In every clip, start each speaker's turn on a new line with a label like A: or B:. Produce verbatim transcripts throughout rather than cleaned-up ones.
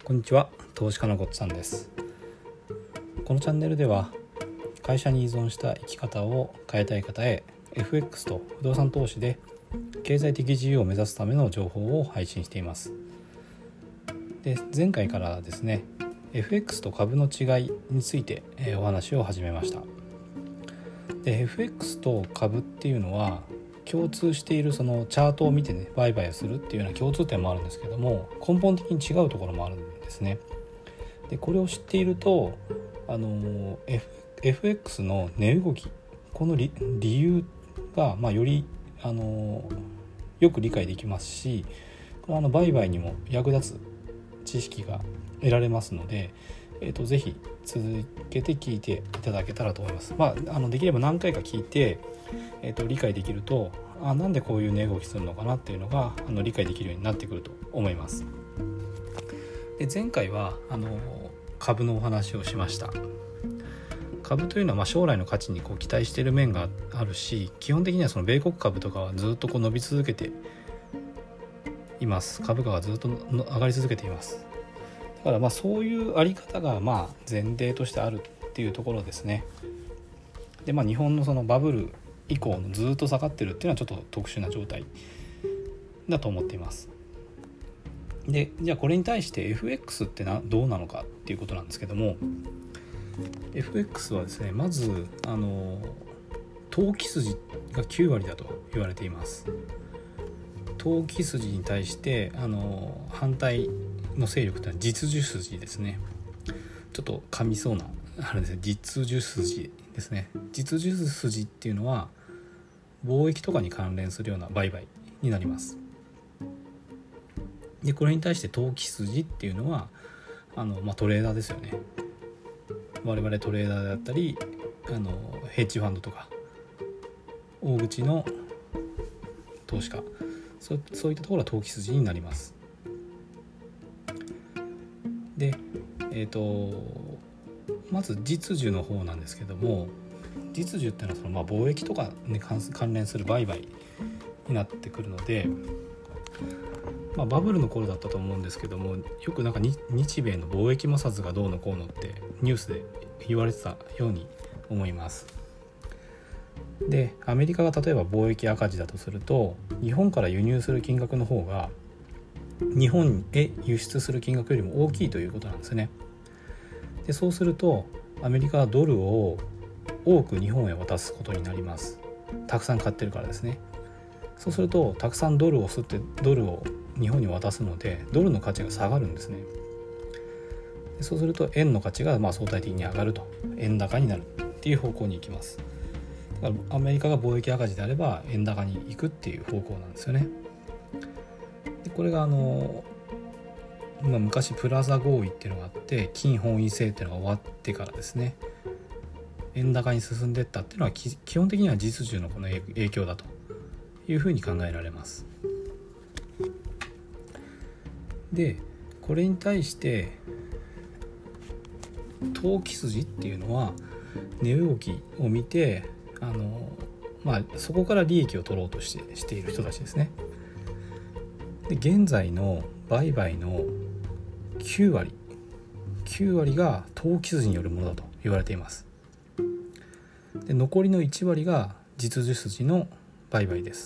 A: こんにちは、投資家のごっつぁんです。このチャンネルでは会社に依存した生き方を変えたい方へ エフエックス と不動産投資で経済的自由を目指すための情報を配信しています。で前回からですね エフエックス と株の違いについてお話を始めました。で エフエックス と株っていうのは共通しているそのチャートを見てね売買をするっていうような共通点もあるんですけども、根本的に違うところもあるんですね。でこれを知っているとあの F、エフエックス の値動き、この 理, 理由が、まあ、よりあのよく理解できますし、このあの売買にも役立つ知識が得られますので、えー、とぜひ続けて聞いていただけたらと思います。まあ、あのできれば何回か聞いて、えー、と理解できると、あなんでこういう値動きするのかなっていうのがあの理解できるようになってくると思います。で前回はあの株のお話をしました。株というのはまあ将来の価値にこう期待している面があるし、基本的にはその米国株とかはずっとこう伸び続けています。株価がずっと上がり続けています。だからまあそういうあり方がまあ前提としてあるっていうところですね。でまあ日本のそのバブル以降のずっと下がってるっていうのはちょっと特殊な状態だと思っています。でじゃあこれに対して エフエックス ってなどうなのかっていうことなんですけども、 エフエックス はですね、まずあの投機筋がきゅうわりだと言われています。投機筋に対してあの反対の勢力というのは実需筋ですね。ちょっと噛みそうなあれですね、実需筋ですね。実需筋っていうのは貿易とかに関連するような売買になります。でこれに対して投機筋っていうのはあの、まあ、トレーダーですよね。我々トレーダーだったりあのヘッジファンドとか大口の投資家、そ う, そういったところは投機筋になります。で、えーと、まず実需の方なんですけども、実需っていうのはその、まあ、貿易とかに関連する売買になってくるので、まあ、バブルの頃だったと思うんですけども、よくなんか日米の貿易摩擦がどうのこうのってニュースで言われてたように思います。でアメリカが例えば貿易赤字だとすると、日本から輸入する金額の方が日本へ輸出する金額よりも大きいということなんですね。でそうするとアメリカはドルを多く日本へ渡すことになります。たくさん買ってるからですね。そうするとたくさんドルを吸ってドルを日本に渡すので、ドルの価値が下がるんですね。でそうすると円の価値がまあ相対的に上がると、円高になるっていう方向に行きます。だからアメリカが貿易赤字であれば円高に行くっていう方向なんですよね。でこれがあの、まあ、昔プラザ合意っていうのがあって、金本位制っていうのが終わってからですね、円高に進んでいったっていうのは基本的には実需のこの影響だというふうに考えられます。でこれに対して投機筋っていうのは値動きを見てあの、まあ、そこから利益を取ろうとして、している人たちですね。で現在の売買のきゅうわりきゅうわりが投機筋によるものだと言われています。で残りのいちわりが実需筋の売買です。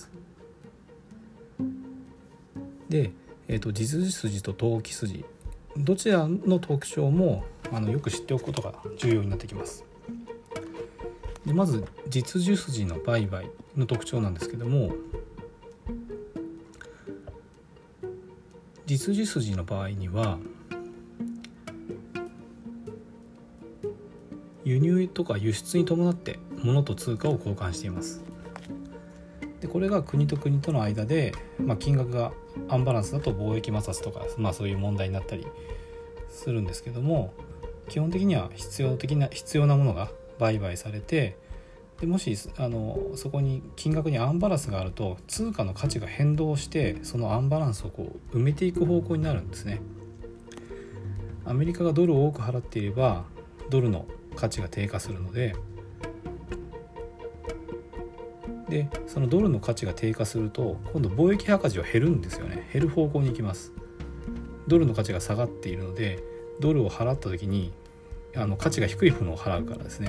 A: で、えーと、実需筋と投機筋、どちらの特徴もあのよく知っておくことが重要になってきます。でまず実需筋の売買の特徴なんですけども、実需筋の場合には輸入とか輸出に伴って物と通貨を交換しています。でこれが国と国との間で、まあ、金額がアンバランスだと貿易摩擦とか、まあ、そういう問題になったりするんですけども、基本的には必要的な必要なものが売買されて、でもしあのそこに金額にアンバランスがあると通貨の価値が変動して、そのアンバランスをこう埋めていく方向になるんですね。アメリカがドルを多く払っていればドルの価値が低下するので、でそのドルの価値が低下すると今度貿易赤字は減るんですよね。減る方向に行きます。 ドルの価値が下がっているので、ドルを払った時にあの価値が低いものを払うからですね。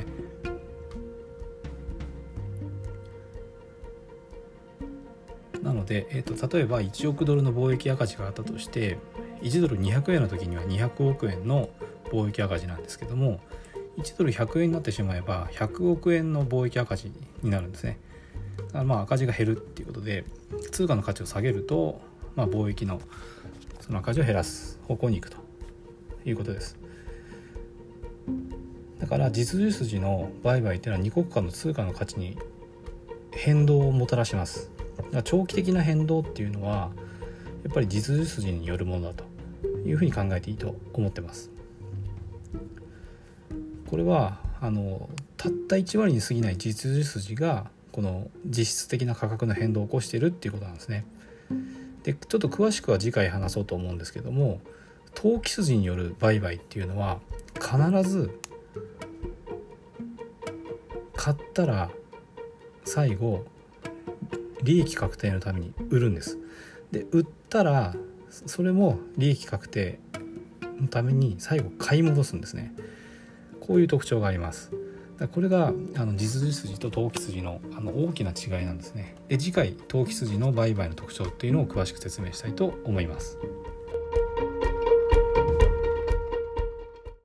A: なので、えーと、例えばいちおくドルの貿易赤字があったとして、いちドルにひゃくえんの時にはにひゃくおくえんの貿易赤字なんですけども、いちドルひゃくえんになってしまえばひゃくおくえんの貿易赤字になるんですね。だからまあ赤字が減るっていうことで、通貨の価値を下げると、まあ、貿易のその赤字を減らす方向に行くということです。だから実需筋の売買というのはに国間の通貨の価値に変動をもたらします。だから長期的な変動っていうのはやっぱり実需筋によるものだというふうに考えていいと思ってます。これはあのたったいち割に過ぎない実需筋がこの実質的な価格の変動を起こしているっていうことなんですね。でちょっと詳しくは次回話そうと思うんですけども、投機筋による売買っていうのは必ず買ったら最後利益確定のために売るんです。で売ったらそれも利益確定のために最後買い戻すんですね。こういう特徴があります。だこれがあの実需筋と投機筋の、あの大きな違いなんですね。で次回投機筋の売買の特徴っていうのを詳しく説明したいと思います。